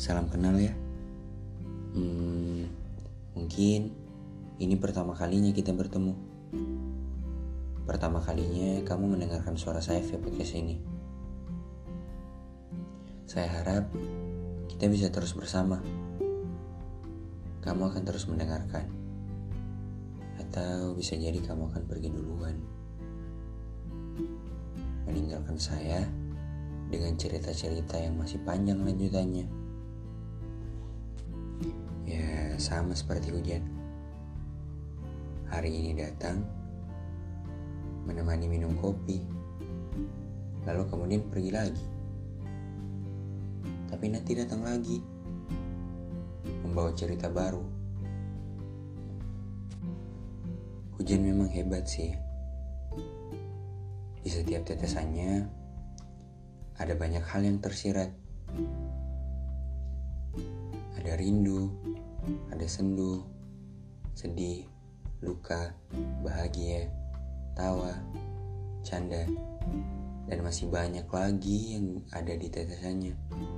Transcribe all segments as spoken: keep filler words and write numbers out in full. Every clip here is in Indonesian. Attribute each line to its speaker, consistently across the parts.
Speaker 1: Salam kenal ya. Hmm, mungkin ini pertama kalinya kita bertemu. Pertama kalinya kamu mendengarkan suara saya via podcast ini. Saya harap kita bisa terus bersama. Kamu akan terus mendengarkan. Atau bisa jadi kamu akan pergi duluan, meninggalkan saya dengan cerita-cerita yang masih panjang lanjutannya. Ya, sama seperti hujan. Hari ini datang, menemani minum kopi, lalu kemudian pergi lagi. Tapi nanti datang lagi, membawa cerita baru. Hujan memang hebat sih. Di setiap tetesannya ada banyak hal yang tersirat. Ada rindu, ada sendu, sedih, luka, bahagia, tawa, canda, dan masih banyak lagi yang ada di tetesannya.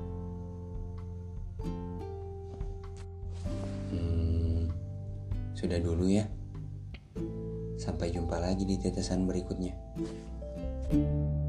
Speaker 1: Hmm, sudah dulu ya. Sampai jumpa lagi di tetesan berikutnya.